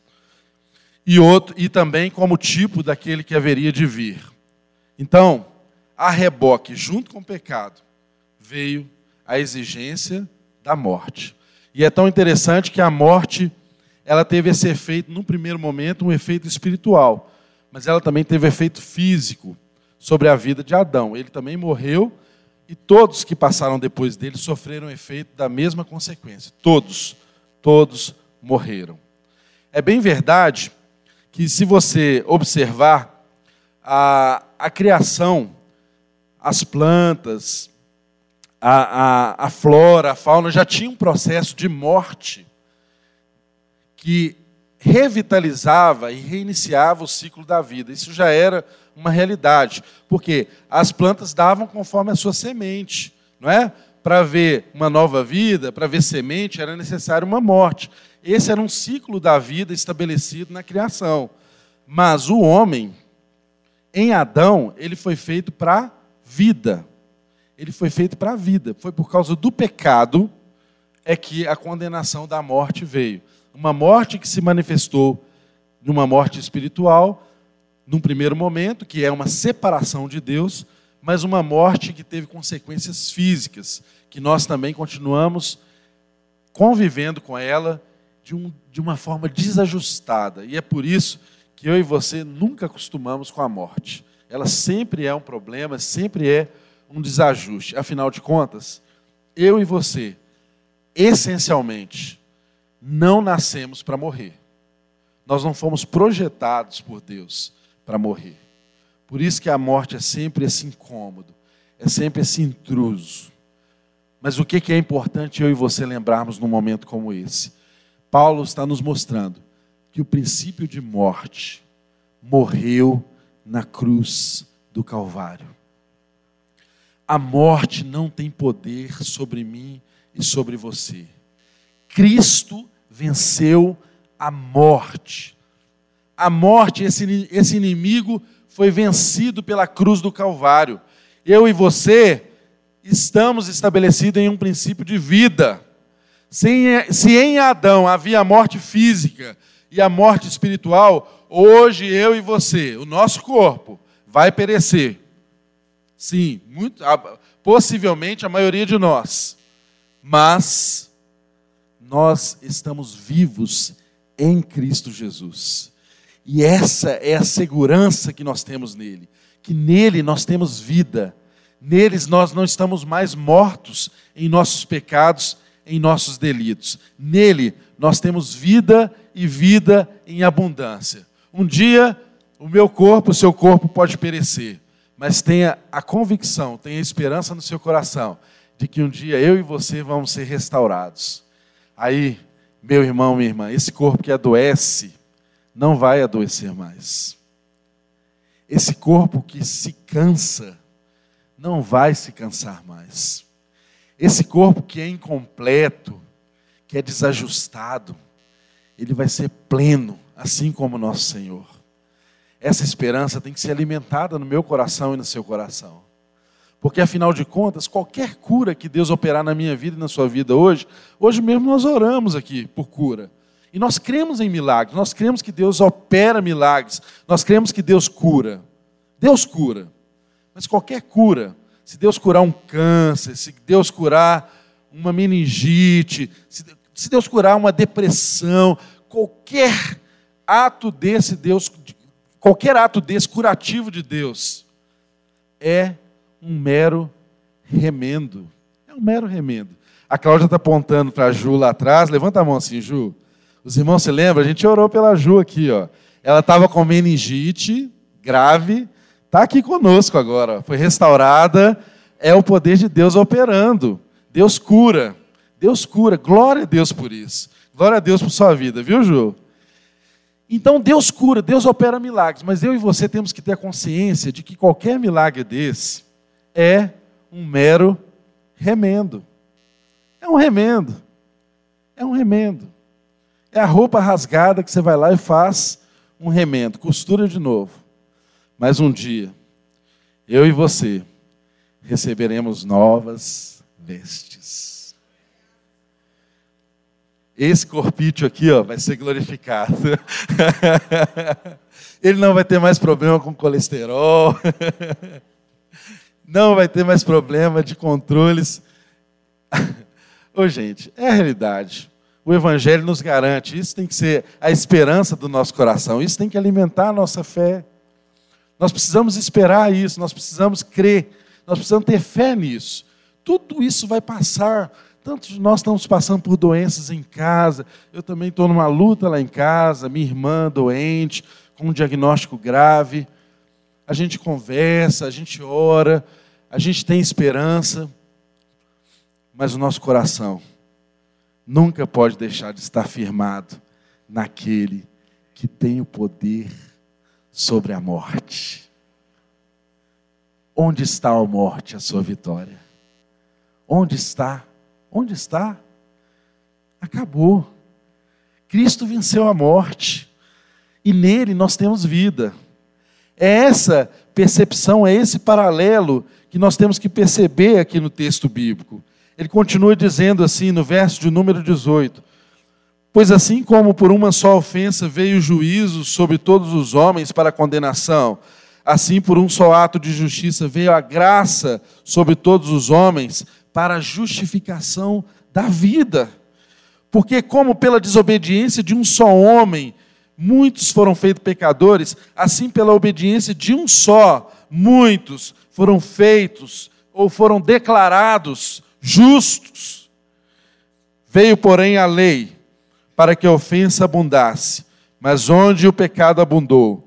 e também como tipo daquele que haveria de vir. Então, a reboque, junto com o pecado, veio a exigência da morte. E é tão interessante que a morte, ela teve esse efeito, num primeiro momento, um efeito espiritual, mas ela também teve efeito físico sobre a vida de Adão. Ele também morreu e todos que passaram depois dele sofreram o efeito da mesma consequência. Todos morreram. É bem verdade que se você observar a criação, as plantas, a flora, a fauna já tinha um processo de morte que revitalizava e reiniciava o ciclo da vida. Isso já era uma realidade, porque as plantas davam conforme a sua semente, não é? Para haver uma nova vida, para haver semente, era necessário uma morte. Esse era um ciclo da vida estabelecido na criação. Mas o homem, em Adão, ele foi feito para vida. Ele foi feito para a vida. Foi por causa do pecado é que a condenação da morte veio. Uma morte que se manifestou numa morte espiritual, num primeiro momento, que é uma separação de Deus, mas uma morte que teve consequências físicas, que nós também continuamos convivendo com ela de uma forma desajustada. E é por isso que eu e você nunca acostumamos com a morte. Ela sempre é um problema, sempre é um desajuste. Afinal de contas, eu e você, essencialmente, não nascemos para morrer. Nós não fomos projetados por Deus para morrer. Por isso que a morte é sempre esse incômodo, é sempre esse intruso. Mas o que é importante eu e você lembrarmos num momento como esse? Paulo está nos mostrando que o princípio de morte morreu na cruz do Calvário. A morte não tem poder sobre mim e sobre você. Cristo venceu a morte. A morte, esse inimigo, foi vencido pela cruz do Calvário. Eu e você estamos estabelecidos em um princípio de vida. Se em Adão havia a morte física e a morte espiritual, hoje eu e você, o nosso corpo, vai perecer. Sim, possivelmente a maioria de nós. Mas nós estamos vivos em Cristo Jesus. E essa é a segurança que nós temos nele. Que nele nós temos vida. Neles nós não estamos mais mortos em nossos pecados, em nossos delitos. Nele nós temos vida e vida em abundância. Um dia o meu corpo, o seu corpo pode perecer. Mas tenha a convicção, tenha a esperança no seu coração de que um dia eu e você vamos ser restaurados. Aí, meu irmão, minha irmã, esse corpo que adoece, não vai adoecer mais. Esse corpo que se cansa, não vai se cansar mais. Esse corpo que é incompleto, que é desajustado, ele vai ser pleno, assim como o nosso Senhor. Essa esperança tem que ser alimentada no meu coração e no seu coração. Porque, afinal de contas, qualquer cura que Deus operar na minha vida e na sua vida hoje mesmo nós oramos aqui por cura. E nós cremos em milagres, nós cremos que Deus opera milagres, nós cremos que Deus cura. Deus cura. Mas qualquer cura, se Deus curar um câncer, se Deus curar uma meningite, se Deus curar uma depressão, qualquer ato desse curativo de Deus, é um mero remendo. É um mero remendo. A Cláudia está apontando para a Ju lá atrás. Levanta a mão assim, Ju. Os irmãos se lembram? A gente orou pela Ju aqui, ó. Ela estava com meningite grave. Está aqui conosco agora. Ó. Foi restaurada. É o poder de Deus operando. Deus cura. Deus cura. Glória a Deus por isso. Glória a Deus por sua vida, viu, Ju? Então Deus cura, Deus opera milagres. Mas eu e você temos que ter a consciência de que qualquer milagre desse é um mero remendo. É um remendo. É um remendo. É a roupa rasgada que você vai lá e faz um remendo, costura de novo. Mas um dia, eu e você receberemos novas vestes. Esse corpício aqui, ó, vai ser glorificado. Ele não vai ter mais problema com colesterol. Não vai ter mais problema de controles. Ô, gente, é a realidade. O Evangelho nos garante. Isso tem que ser a esperança do nosso coração. Isso tem que alimentar a nossa fé. Nós precisamos esperar isso. Nós precisamos crer. Nós precisamos ter fé nisso. Tudo isso vai passar. Tantos de nós estamos passando por doenças em casa. Eu também estou numa luta lá em casa. Minha irmã doente, com um diagnóstico grave. A gente conversa, a gente ora, a gente tem esperança. Mas o nosso coração nunca pode deixar de estar firmado naquele que tem o poder sobre a morte. Onde está, ó morte, a sua vitória? Onde está? Onde está? Acabou. Cristo venceu a morte. E nele nós temos vida. É essa percepção, é esse paralelo que nós temos que perceber aqui no texto bíblico. Ele continua dizendo assim no verso de número 18: pois assim como por uma só ofensa veio o juízo sobre todos os homens para condenação, assim por um só ato de justiça veio a graça sobre todos os homens para a justificação da vida. Porque como pela desobediência de um só homem muitos foram feitos pecadores, assim pela obediência de um só, muitos foram feitos ou foram declarados justos. Veio, porém, a lei para que a ofensa abundasse, mas onde o pecado abundou,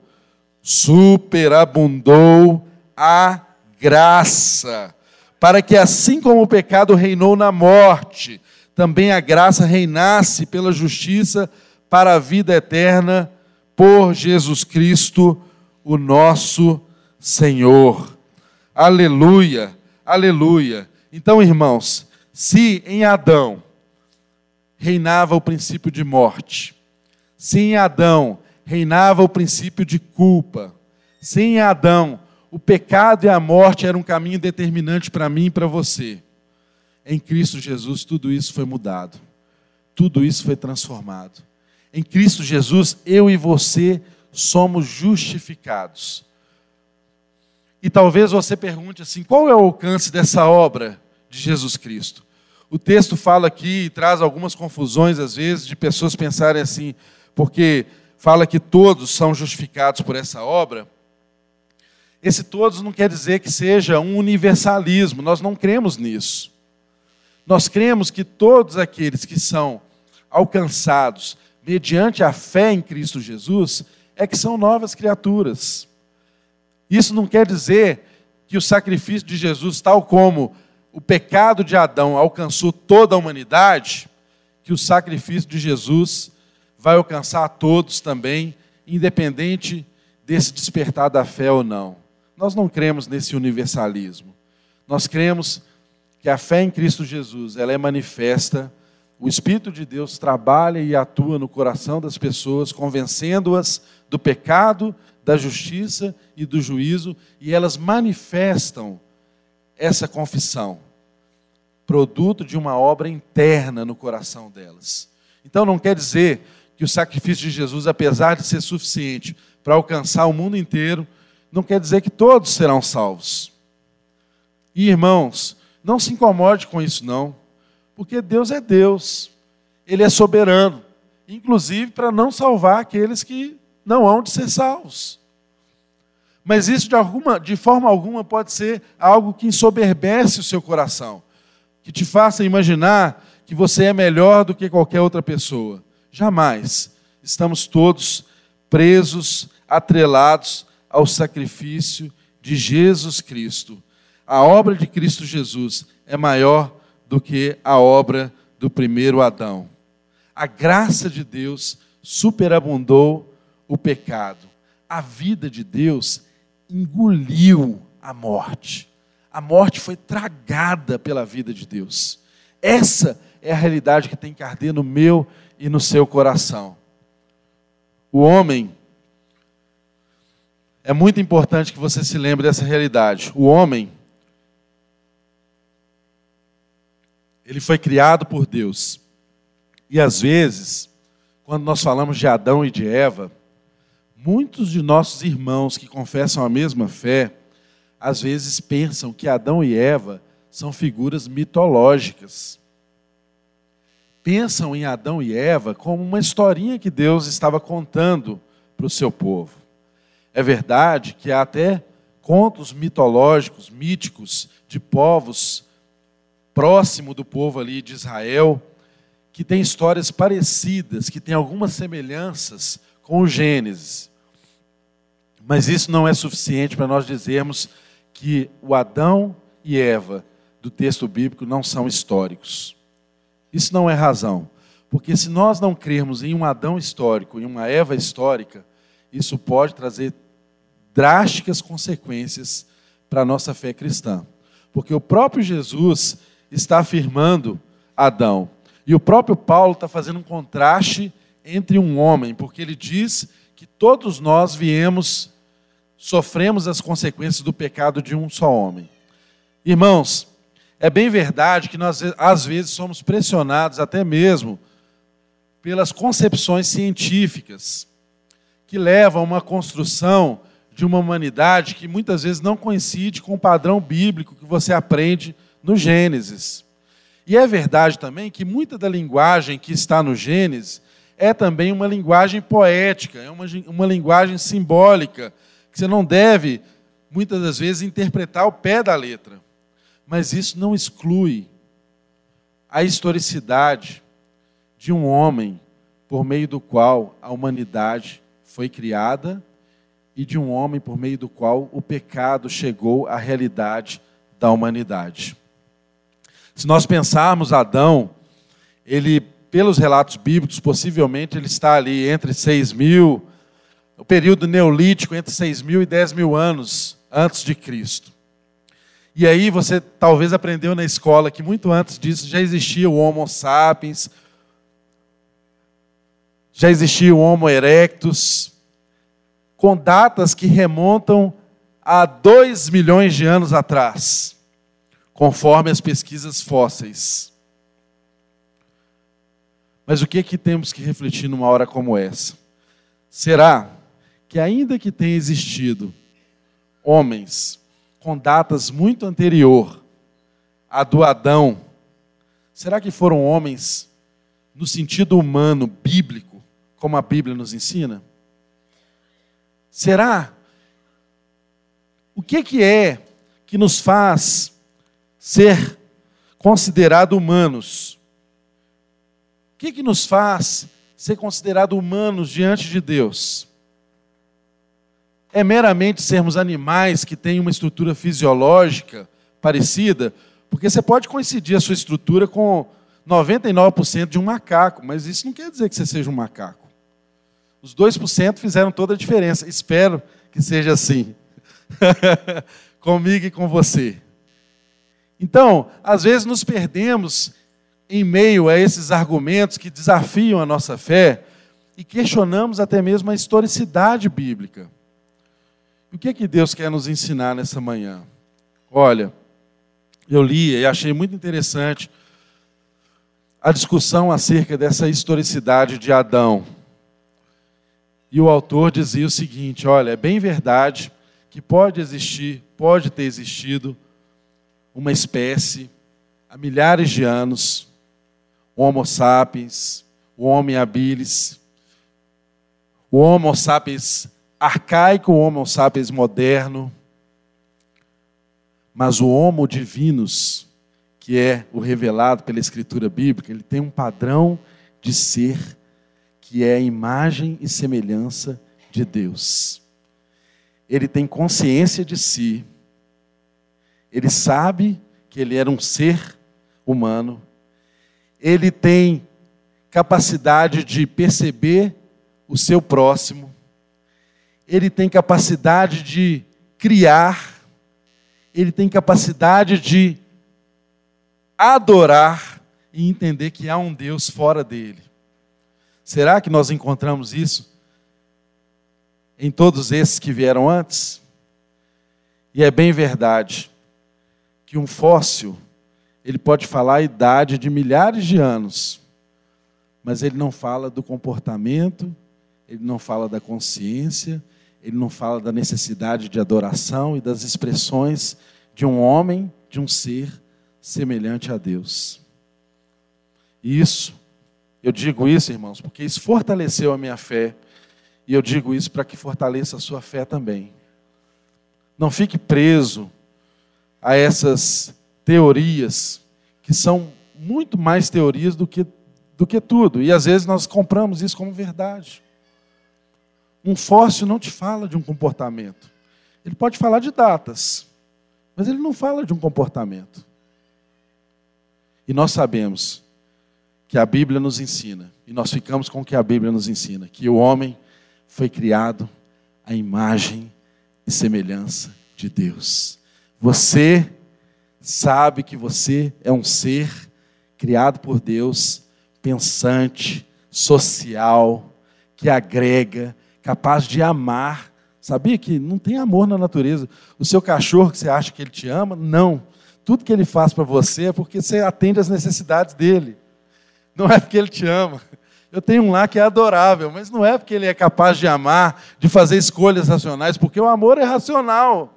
superabundou a graça, para que assim como o pecado reinou na morte, também a graça reinasse pela justiça para a vida eterna, por Jesus Cristo, o nosso Senhor. Aleluia, aleluia. Então, irmãos, se em Adão reinava o princípio de morte, se em Adão reinava o princípio de culpa, se em Adão o pecado e a morte eram um caminho determinante para mim e para você, em Cristo Jesus tudo isso foi mudado, tudo isso foi transformado. Em Cristo Jesus, eu e você somos justificados. E talvez você pergunte assim, qual é o alcance dessa obra de Jesus Cristo? O texto fala aqui e traz algumas confusões, às vezes, de pessoas pensarem assim, porque fala que todos são justificados por essa obra. Esse todos não quer dizer que seja um universalismo, nós não cremos nisso. Nós cremos que todos aqueles que são alcançados mediante a fé em Cristo Jesus, é que são novas criaturas. Isso não quer dizer que o sacrifício de Jesus, tal como o pecado de Adão alcançou toda a humanidade, que o sacrifício de Jesus vai alcançar a todos também, independente desse despertar da fé ou não. Nós não cremos nesse universalismo. Nós cremos que a fé em Cristo Jesus, ela é manifesta. O Espírito de Deus trabalha e atua no coração das pessoas, convencendo-as do pecado, da justiça e do juízo, e elas manifestam essa confissão, produto de uma obra interna no coração delas. Então não quer dizer que o sacrifício de Jesus, apesar de ser suficiente para alcançar o mundo inteiro, não quer dizer que todos serão salvos. E irmãos, não se incomode com isso não. Porque Deus é Deus, Ele é soberano, inclusive para não salvar aqueles que não hão de ser salvos. Mas isso de forma alguma pode ser algo que ensoberbece o seu coração, que te faça imaginar que você é melhor do que qualquer outra pessoa. Jamais. Estamos todos presos, atrelados ao sacrifício de Jesus Cristo. A obra de Cristo Jesus é maior do que a obra do primeiro Adão. A graça de Deus superabundou o pecado. A vida de Deus engoliu a morte. A morte foi tragada pela vida de Deus. Essa é a realidade que tem que arder no meu e no seu coração. O homem, é muito importante que você se lembre dessa realidade. O homem, ele foi criado por Deus. E às vezes, quando nós falamos de Adão e de Eva, muitos de nossos irmãos que confessam a mesma fé, às vezes pensam que Adão e Eva são figuras mitológicas. Pensam em Adão e Eva como uma historinha que Deus estava contando para o seu povo. É verdade que há até contos mitológicos, míticos, de povos próximo do povo ali de Israel, que tem histórias parecidas, que tem algumas semelhanças com o Gênesis. Mas isso não é suficiente para nós dizermos que o Adão e Eva do texto bíblico não são históricos. Isso não é razão. Porque se nós não crermos em um Adão histórico, em uma Eva histórica, isso pode trazer drásticas consequências para a nossa fé cristã. Porque o próprio Jesus está afirmando Adão. E o próprio Paulo está fazendo um contraste entre um homem, porque ele diz que todos nós sofremos as consequências do pecado de um só homem. Irmãos, é bem verdade que nós, às vezes, somos pressionados até mesmo pelas concepções científicas que levam a uma construção de uma humanidade que muitas vezes não coincide com o padrão bíblico que você aprende no Gênesis. E é verdade também que muita da linguagem que está no Gênesis é também uma linguagem poética, é uma linguagem simbólica, que você não deve, muitas das vezes, interpretar ao pé da letra. Mas isso não exclui a historicidade de um homem por meio do qual a humanidade foi criada e de um homem por meio do qual o pecado chegou à realidade da humanidade. Se nós pensarmos Adão, ele, pelos relatos bíblicos, possivelmente ele está ali entre 6.000, o período neolítico entre 6.000 e 10.000 anos antes de Cristo. E aí você talvez aprendeu na escola que muito antes disso já existia o Homo sapiens, já existia o Homo erectus, com datas que remontam a 2 milhões de anos atrás, conforme as pesquisas fósseis. Mas o que é que temos que refletir numa hora como essa? Será que ainda que tenha existido homens com datas muito anterior à do Adão, será que foram homens no sentido humano, bíblico, como a Bíblia nos ensina? Será? O que é que nos faz ser considerados humanos? O que nos faz ser considerados humanos diante de Deus? É meramente sermos animais que têm uma estrutura fisiológica parecida? Porque você pode coincidir a sua estrutura com 99% de um macaco, mas isso não quer dizer que você seja um macaco. Os 2% fizeram toda a diferença. Espero que seja assim. Comigo e com você. Então, às vezes nos perdemos em meio a esses argumentos que desafiam a nossa fé e questionamos até mesmo a historicidade bíblica. O que é que Deus quer nos ensinar nessa manhã? Olha, eu li e achei muito interessante a discussão acerca dessa historicidade de Adão. E o autor dizia o seguinte: olha, é bem verdade que pode ter existido uma espécie há milhares de anos, o Homo sapiens, o Homo habilis, o Homo sapiens arcaico, o Homo sapiens moderno, mas o Homo divinus, que é o revelado pela Escritura Bíblica, ele tem um padrão de ser que é a imagem e semelhança de Deus. Ele tem consciência de si, ele sabe que ele era um ser humano, ele tem capacidade de perceber o seu próximo, ele tem capacidade de criar, ele tem capacidade de adorar e entender que há um Deus fora dele. Será que nós encontramos isso em todos esses que vieram antes? E é bem verdade que um fóssil, ele pode falar a idade de milhares de anos, mas ele não fala do comportamento, ele não fala da consciência, ele não fala da necessidade de adoração e das expressões de um homem, de um ser semelhante a Deus. E eu digo isso, irmãos, porque isso fortaleceu a minha fé, e eu digo isso para que fortaleça a sua fé também. Não fique preso a essas teorias, que são muito mais teorias do que tudo, e às vezes nós compramos isso como verdade. Um fóssil não te fala de um comportamento. Ele pode falar de datas, mas ele não fala de um comportamento. E nós sabemos que a Bíblia nos ensina, e nós ficamos com o que a Bíblia nos ensina, que o homem foi criado à imagem e semelhança de Deus. Você sabe que você é um ser criado por Deus, pensante, social, que agrega, capaz de amar. Sabia que não tem amor na natureza? O seu cachorro, que você acha que ele te ama, não. Tudo que ele faz para você é porque você atende às necessidades dele. Não é porque ele te ama. Eu tenho um lá que é adorável, mas não é porque ele é capaz de amar, de fazer escolhas racionais, porque o amor é racional.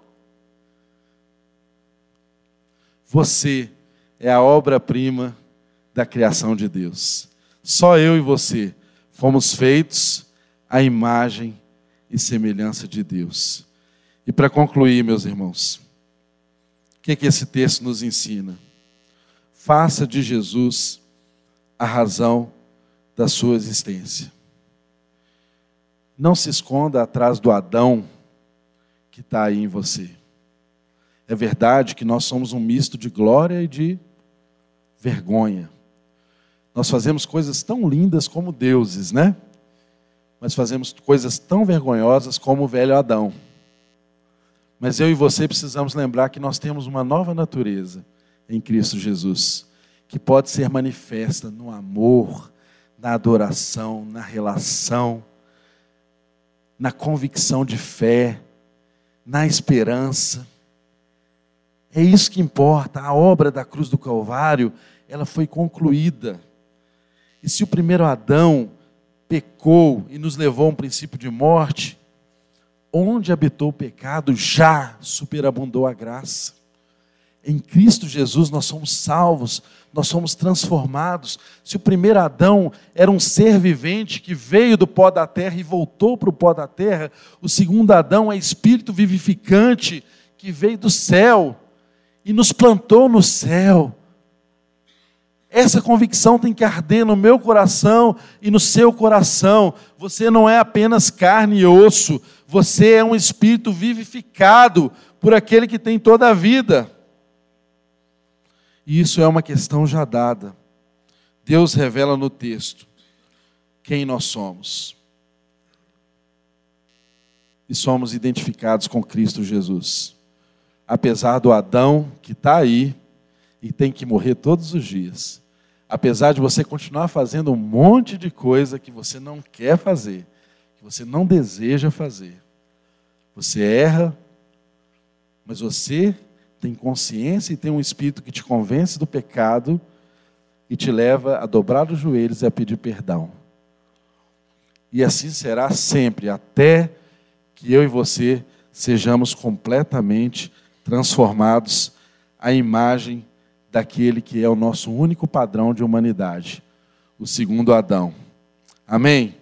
Você é a obra-prima da criação de Deus. Só eu e você fomos feitos à imagem e semelhança de Deus. E para concluir, meus irmãos, o que esse texto nos ensina? Faça de Jesus a razão da sua existência. Não se esconda atrás do Adão que está aí em você. É verdade que nós somos um misto de glória e de vergonha. Nós fazemos coisas tão lindas como deuses, né? Mas fazemos coisas tão vergonhosas como o velho Adão. Mas eu e você precisamos lembrar que nós temos uma nova natureza em Cristo Jesus, que pode ser manifesta no amor, na adoração, na relação, na convicção de fé, na esperança. É isso que importa. A obra da cruz do Calvário, ela foi concluída. E se o primeiro Adão pecou e nos levou a um princípio de morte, onde habitou o pecado, já superabundou a graça. Em Cristo Jesus nós somos salvos, nós somos transformados. Se o primeiro Adão era um ser vivente que veio do pó da terra e voltou para o pó da terra, o segundo Adão é espírito vivificante que veio do céu e nos plantou no céu. Essa convicção tem que arder no meu coração e no seu coração. Você não é apenas carne e osso, você é um espírito vivificado por aquele que tem toda a vida. E isso é uma questão já dada. Deus revela no texto quem nós somos. E somos identificados com Cristo Jesus. Apesar do Adão que está aí e tem que morrer todos os dias. Apesar de você continuar fazendo um monte de coisa que você não quer fazer, que você não deseja fazer. Você erra, mas você tem consciência e tem um espírito que te convence do pecado e te leva a dobrar os joelhos e a pedir perdão. E assim será sempre, até que eu e você sejamos completamente transformados à imagem daquele que é o nosso único padrão de humanidade, o segundo Adão. Amém?